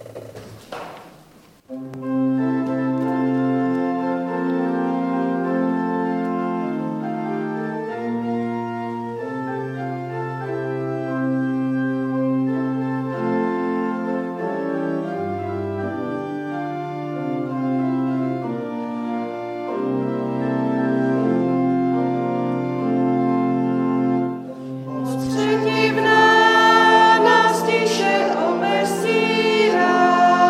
Předivná nás tiše obesírá,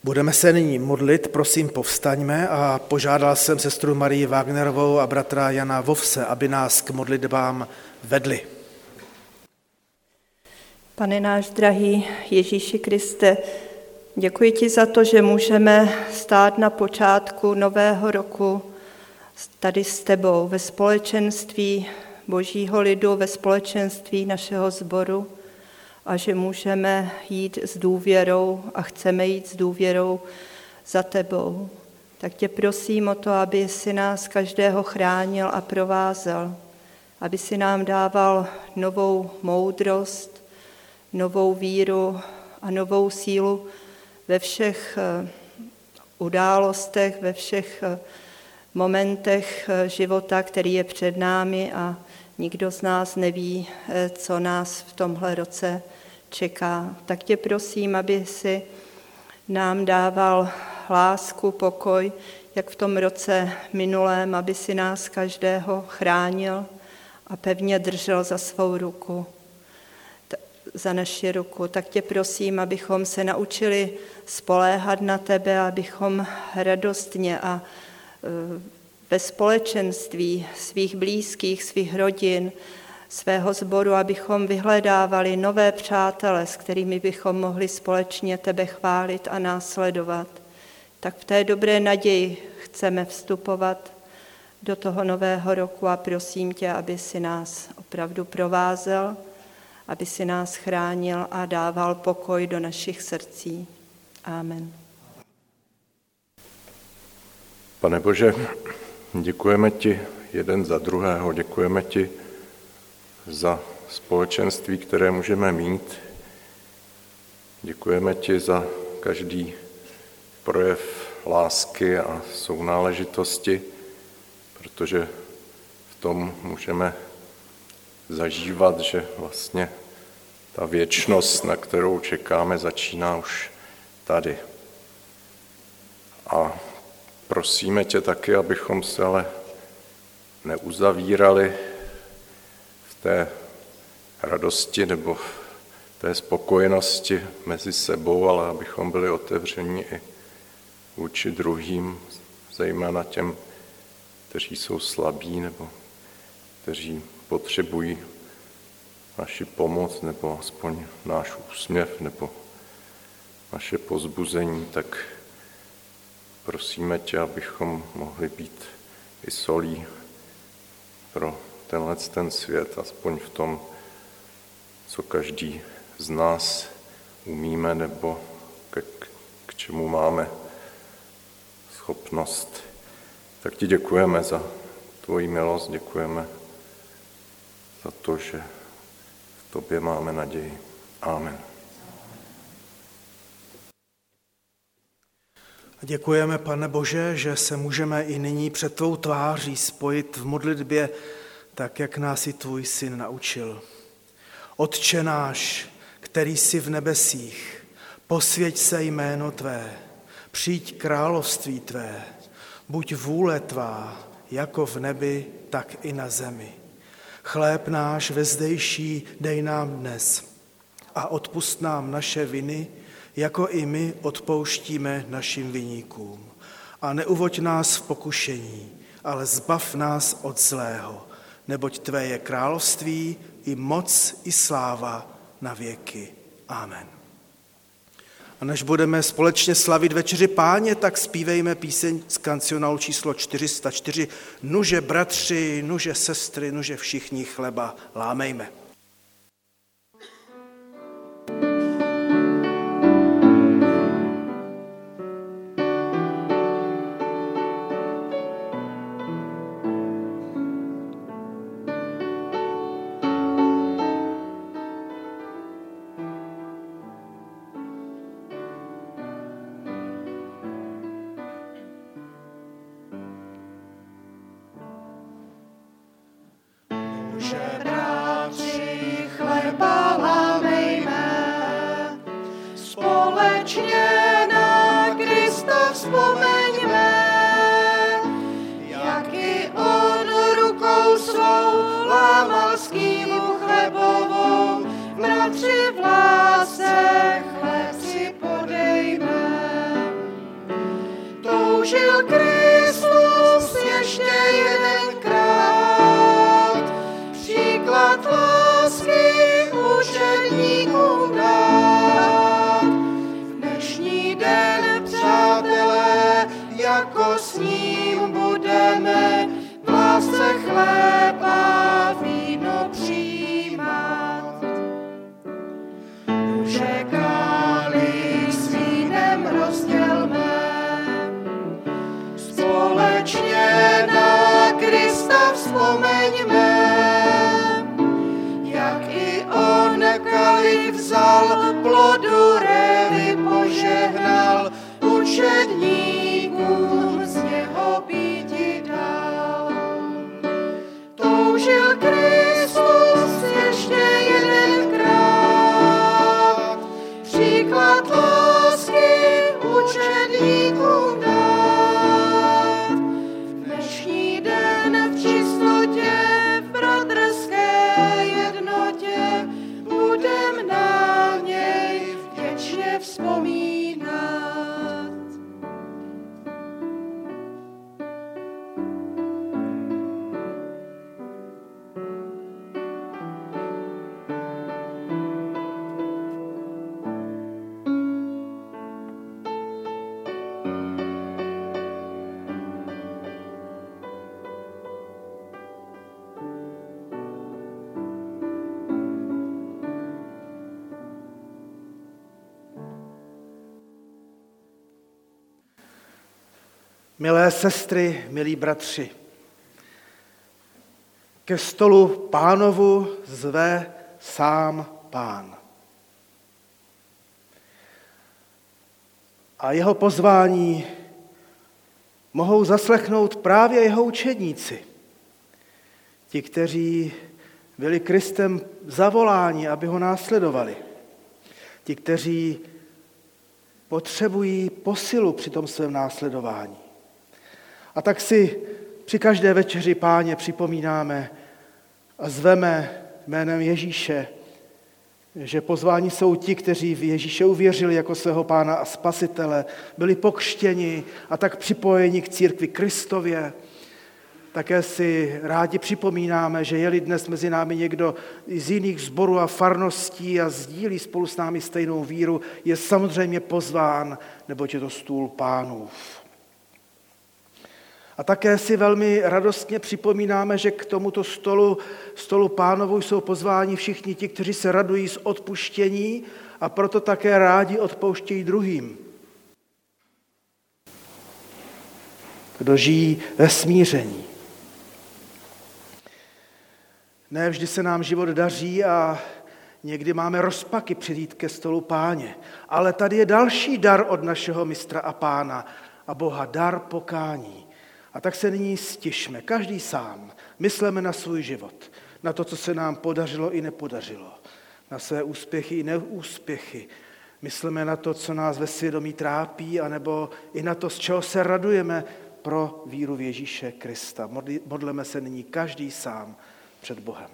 Budeme se nyní modlit, prosím povstaňme a požádal jsem sestru Marii Wagnerovou a bratra Jana Vovse, aby nás k modlitbám vedli. Pane náš drahý Ježíši Kriste, děkuji ti za to, že můžeme stát na počátku nového roku tady s tebou ve společenství Božího lidu, ve společenství našeho sboru a že můžeme jít s důvěrou a chceme jít s důvěrou za tebou. Tak tě prosím o to, aby si nás každého chránil a provázel, aby si nám dával novou moudrost, novou víru a novou sílu ve všech událostech, ve všech momentech života, který je před námi a nikdo z nás neví, co nás v tomhle roce čeká. Tak tě prosím, aby si nám dával lásku, pokoj, jak v tom roce minulém, aby si nás každého chránil a pevně držel za svou ruku, za naši ruku. Tak tě prosím, abychom se naučili spoléhat na tebe, abychom radostně a ve společenství svých blízkých, svých rodin, svého sboru, abychom vyhledávali nové přátele, s kterými bychom mohli společně tebe chválit a následovat. Tak v té dobré naději chceme vstupovat do toho nového roku a prosím tě, aby si nás opravdu provázel, aby si nás chránil a dával pokoj do našich srdcí. Amen. Pane Bože, děkujeme ti jeden za druhého, děkujeme ti za společenství, které můžeme mít. Děkujeme ti za každý projev lásky a sounáležitosti, protože v tom můžeme zažívat, že vlastně ta věčnost, na kterou čekáme, začíná už tady. A prosíme tě taky, abychom se ale neuzavírali v té radosti nebo v té spokojenosti mezi sebou, ale abychom byli otevření i vůči druhým, zejména těm, kteří jsou slabí nebo kteří potřebují naši pomoc nebo aspoň náš úsměv nebo naše povzbuzení, tak prosíme tě, abychom mohli být i solí pro ten svět, aspoň v tom, co každý z nás umíme nebo k čemu máme schopnost. Tak ti děkujeme za tvoji milost, děkujeme za to, že v tobě máme naději. Amen. Děkujeme, Pane Bože, že se můžeme i nyní před tvou tváří spojit v modlitbě, tak jak nás i tvůj syn naučil. Otče náš, který jsi v nebesích, posvěť se jméno tvé, přijď království tvé, buď vůle tvá, jako v nebi, tak i na zemi. Chléb náš vezdejší dej nám dnes a odpusť nám naše viny, jako i my odpouštíme našim viníkům. A neuvoď nás v pokušení, ale zbav nás od zlého, neboť tvé je království, i moc, i sláva na věky. Amen. A než budeme společně slavit večeři Páně, tak zpívejme píseň z kancionálu číslo 404. Nuže bratři, nuže sestry, nuže všichni chleba lámejme. Bratři v lásce, chleb si podejme. toužil Kristus ještě jedenkrát příklad lásky učedníkům dát. V dnešní den, přátelé, jako s ním budeme v lásce chléb a víno přijímat. Duše kálich s vínem rozdělme, společně na Krista vzpomeňme, jak i on kalich vzal, plodu révy požehnal, učedníkům z něho píti dal. Toužil Kristus ještě jedenkrát příklad lásky učedníkům dát. V dnešní den v čistotě, v bratrské jednotě budem na něj vděčně vzpomínat. Milé sestry, milí bratři, ke stolu Pánovu zve sám Pán. A jeho pozvání mohou zaslechnout právě jeho učedníci. Ti, kteří byli Kristem zavoláni, aby ho následovali. Ti, kteří potřebují posilu při tom svém následování. A tak si při každé večeři Páně připomínáme a zveme jménem Ježíše, že pozváni jsou ti, kteří v Ježíše uvěřili jako svého Pána a Spasitele, byli pokřtěni a tak připojeni k církvi Kristově. Také si rádi připomínáme, že je-li dnes mezi námi někdo z jiných sborů a farností a sdílí spolu s námi stejnou víru, je samozřejmě pozván, neboť je to stůl Pánův. A také si velmi radostně připomínáme, že k tomuto stolu Pánovu jsou pozváni všichni ti, kteří se radují z odpuštění a proto také rádi odpouštějí druhým. Kdo žijí ve smíření. Ne vždy se nám život daří a někdy máme rozpaky přijít ke stolu Páně. Ale tady je další dar od našeho mistra a Pána a Boha, dar pokání. A tak se nyní stišme, každý sám, mysleme na svůj život, na to, co se nám podařilo i nepodařilo, na své úspěchy i neúspěchy. Myslíme na to, co nás ve svědomí trápí, anebo i na to, z čeho se radujeme pro víru v Ježíše Krista. Modleme se nyní každý sám před Bohem.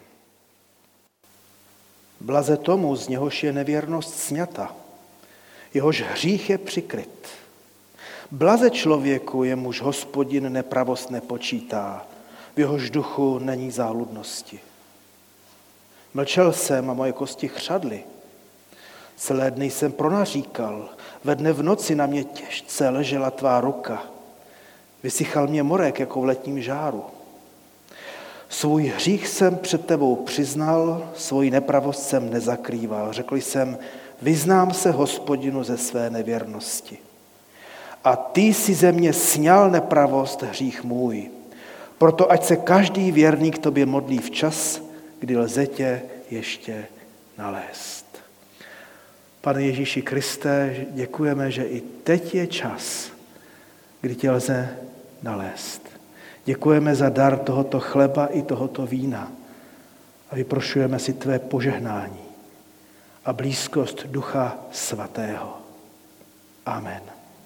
Blaze tomu, z něhož je nevěrnost sňata, jehož hřích je přikryt. Blaze člověku, jemuž Hospodin nepravost nepočítá, v jehož duchu není záludnosti. Mlčel jsem a moje kosti chřadly. Celé dny jsem pronaříkal, ve dne v noci na mě těžce ležela tvá ruka. Vysychal mě morek jako v letním žáru. Svůj hřích jsem před tebou přiznal, svoji nepravost jsem nezakrýval. Řekl jsem, vyznám se Hospodinu ze své nevěrnosti. A ty jsi ze mě sňal nepravost, hřích můj. Proto ať se každý věrný k tobě modlí včas, kdy lze tě ještě nalézt. Pane Ježíši Kriste, děkujeme, že i teď je čas, kdy tě lze nalézt. Děkujeme za dar tohoto chleba i tohoto vína a vyprošujeme si tvé požehnání a blízkost Ducha Svatého. Amen.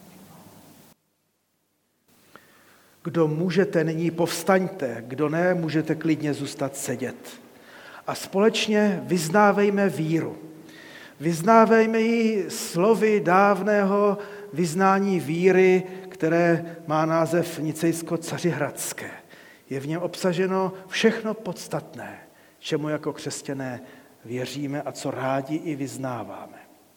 Kdo můžete, nyní povstaňte, kdo ne, můžete klidně zůstat sedět. A společně vyznávejme víru. Vyznávejme ji slovy dávného vyznání víry, které má název Nicejsko-Cařihradské. Je v něm obsaženo všechno podstatné, čemu jako křesťané věříme a co rádi i vyznáváme.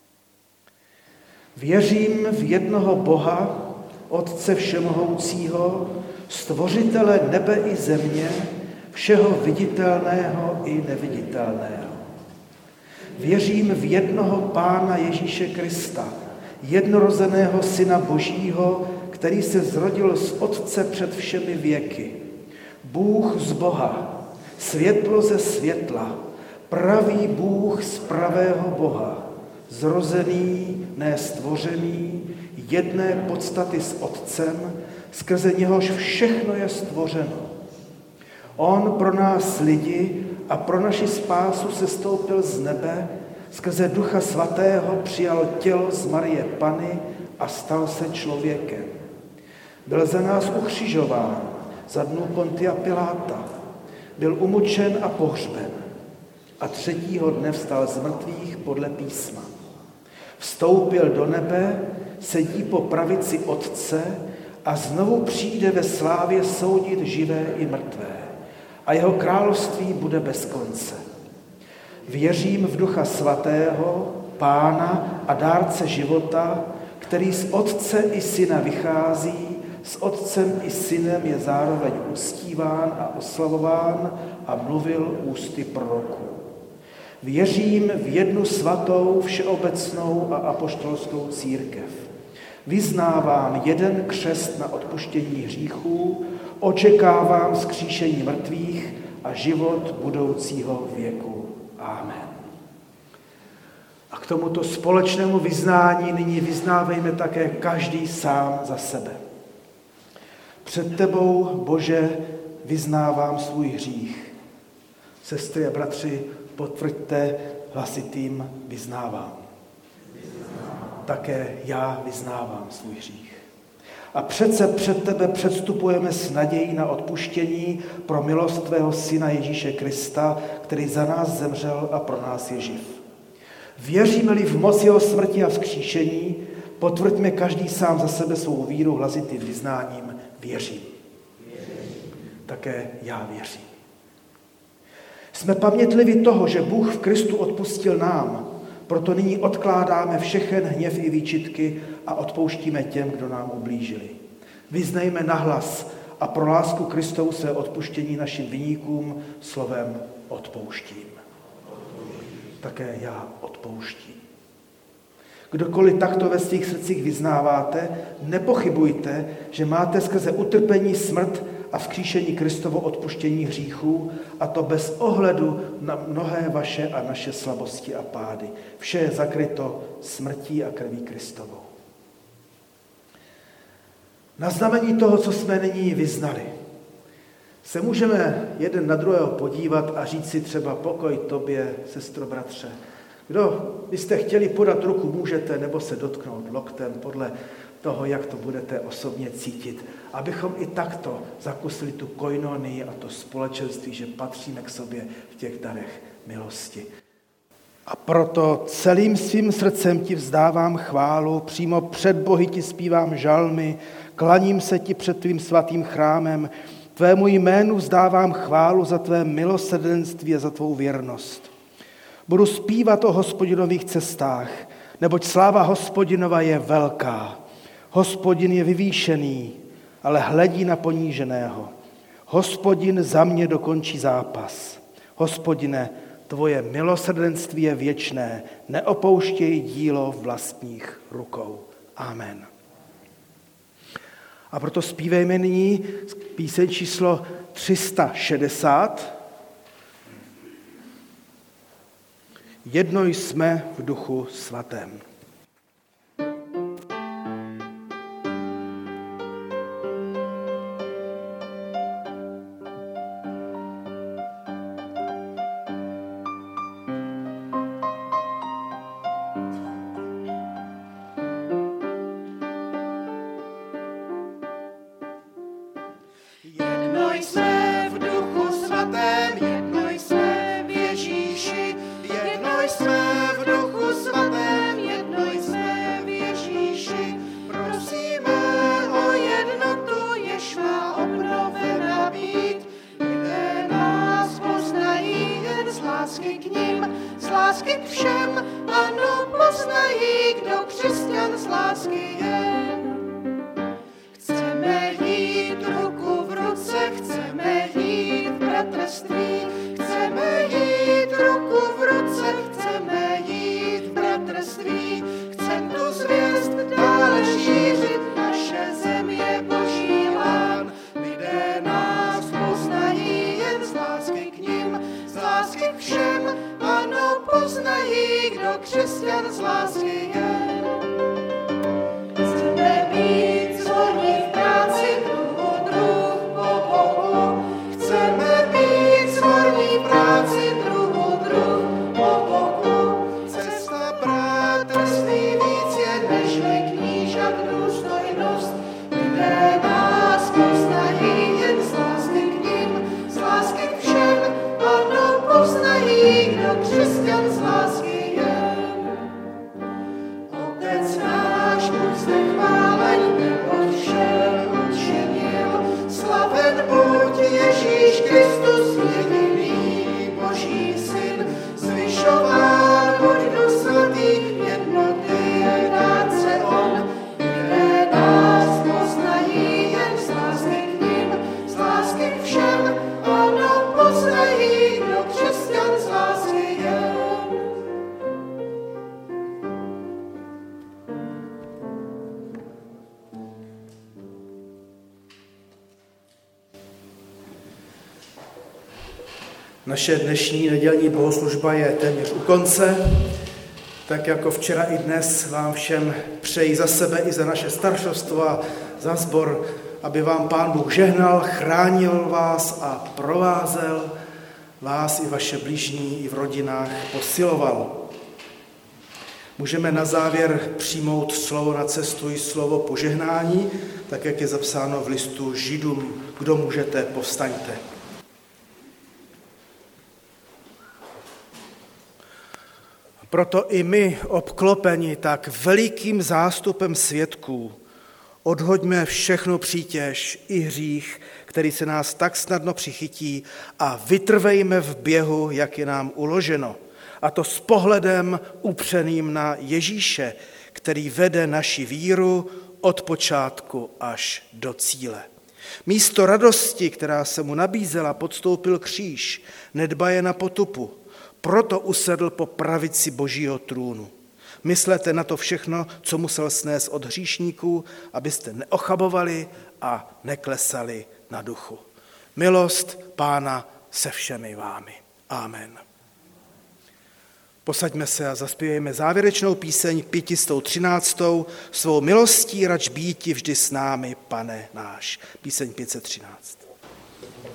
Věřím v jednoho Boha, Otce všemohoucího, stvořitele nebe i země, všeho viditelného i neviditelného. Věřím v jednoho Pána Ježíše Krista, jednorozeného Syna Božího, který se zrodil z Otce před všemi věky. Bůh z Boha, světlo ze světla, pravý Bůh z pravého Boha, zrozený, ne stvořený, jedné podstaty s Otcem, skrze něhož všechno je stvořeno. On pro nás lidi a pro naši spásu sestoupil z nebe, skrze Ducha Svatého přijal tělo z Marie Panny a stal se člověkem. Byl za nás ukřižován za dnů Pontia Piláta, byl umučen a pohřben a 3. dne vstal z mrtvých podle písma. Vstoupil do nebe, sedí po pravici Otce a znovu přijde ve slávě soudit živé i mrtvé. A jeho království bude bez konce. Věřím v Ducha Svatého, Pána a dárce života, který z Otce i Syna vychází, s Otcem i Synem je zároveň uctíván a oslavován a mluvil ústy proroků. Věřím v jednu svatou, všeobecnou a apoštolskou církev. Vyznávám jeden křest na odpuštění hříchů, očekávám vzkříšení mrtvých a život budoucího věku. Amen. A k tomuto společnému vyznání nyní vyznávejme také každý sám za sebe. Před tebou, Bože, vyznávám svůj hřích. Sestry a bratři, potvrďte hlasitým vyznávám. Také já vyznávám svůj hřích. A přece před tebe předstupujeme s nadějí na odpuštění pro milost tvého Syna Ježíše Krista, který za nás zemřel a pro nás je živ. Věříme-li v moc jeho smrti a vzkříšení, potvrďme každý sám za sebe svou víru hlasitým vyznáním věřím. Také já věřím. Jsme pamětlivi toho, že Bůh v Kristu odpustil nám, proto nyní odkládáme všechen hněv i výčitky a odpouštíme těm, kdo nám ublížili. Vyznejme nahlas a pro lásku Kristovu své odpuštění našim viníkům slovem odpouštím. Také já odpouštím. Kdokoliv takto ve svých srdcích vyznáváte, nepochybujte, že máte skrze utrpení, smrt a vzkříšení Kristovo odpuštění hříchů, a to bez ohledu na mnohé vaše a naše slabosti a pády. Vše je zakryto smrtí a krví Kristovou. Na znamení toho, co jsme nyní vyznali, se můžeme jeden na druhého podívat a říct si třeba pokoj tobě, sestro, bratře. Kdo byste chtěli podat ruku, můžete, nebo se dotknout loktem podle toho, jak to budete osobně cítit. Abychom i takto zakusili tu koinonii a to společenství, že patříme k sobě v těch darech milosti. A proto celým svým srdcem ti vzdávám chválu, přímo před Bohy ti zpívám žalmy, klaním se ti před tvým svatým chrámem, tvému jménu vzdávám chválu za tvé milosrdenství a za tvou věrnost. Budu zpívat o Hospodinových cestách, neboť sláva Hospodinova je velká. Hospodin je vyvýšený, ale hledí na poníženého. Hospodin za mě dokončí zápas. Hospodine, tvoje milosrdenství je věčné, neopouštěj dílo vlastních rukou. Amen. A proto zpívejme nyní píseň číslo 360. Jedno jsme v Duchu Svatém. Jedno jsme v Duchu Svatém, jedno jsme v Ježíši, jedno jsme v Duchu Svatém, jedno všem, ano, poznají, kdo křesťan z lásky je. Chceme jít ruku v ruce, chceme jít v bratrství, chceme jít ruku v ruce, chceme jít v bratrství, chcem tu zvěst dále šířit, naše země Boží lán. Lidé nás poznají jen z lásky k nim, z lásky k všem, ano, poznají, kdo křesťan z lásky je. Chceme být zvorní v práci druh po Bohu, chceme být zvorní v práci druh po Bohu. Cesta bratrství víc je nežli knížat důstojnost. Lidé nás poznají jen z lásky k nim, z lásky k všem, ano, poznají, kdo křesťan z lásky je. Otec náš, buď zde chválen, od všeho učinil, slaven buď Ježíš Kristus, jediný Boží syn, zvyšován buď Duch Svatý, jednotný je dárce on. Lidé nás poznají jen z lásky k nim, z lásky k všem, ano, poznají, kdo křesťan z lásky je. Naše dnešní nedělní bohoslužba je téměř u konce. Tak jako včera i dnes vám všem přeji za sebe i za naše staršovstvo a za sbor, aby vám Pán Bůh žehnal, chránil vás a provázel vás i vaše bližní i v rodinách posiloval. Můžeme na závěr přijmout slovo na cestu i slovo požehnání, tak jak je zapsáno v listu Židům. Kdo můžete, povstaňte. Proto i my, obklopeni tak velikým zástupem svědků, odhoďme všechnu přítěž i hřích, který se nás tak snadno přichytí, a vytrvejme v běhu, jak je nám uloženo. A to s pohledem upřeným na Ježíše, který vede naši víru od počátku až do cíle. Místo radosti, která se mu nabízela, podstoupil kříž, nedbaje na potupu. Proto usedl po pravici Božího trůnu. Myslete na to všechno, co musel snést od hříšníků, abyste neochabovali a neklesali na duchu. Milost Pána se všemi vámi. Amen. Posaďme se a zaspějeme závěrečnou píseň 513. Svou milostí rač býti vždy s námi, Pane náš. Píseň 513.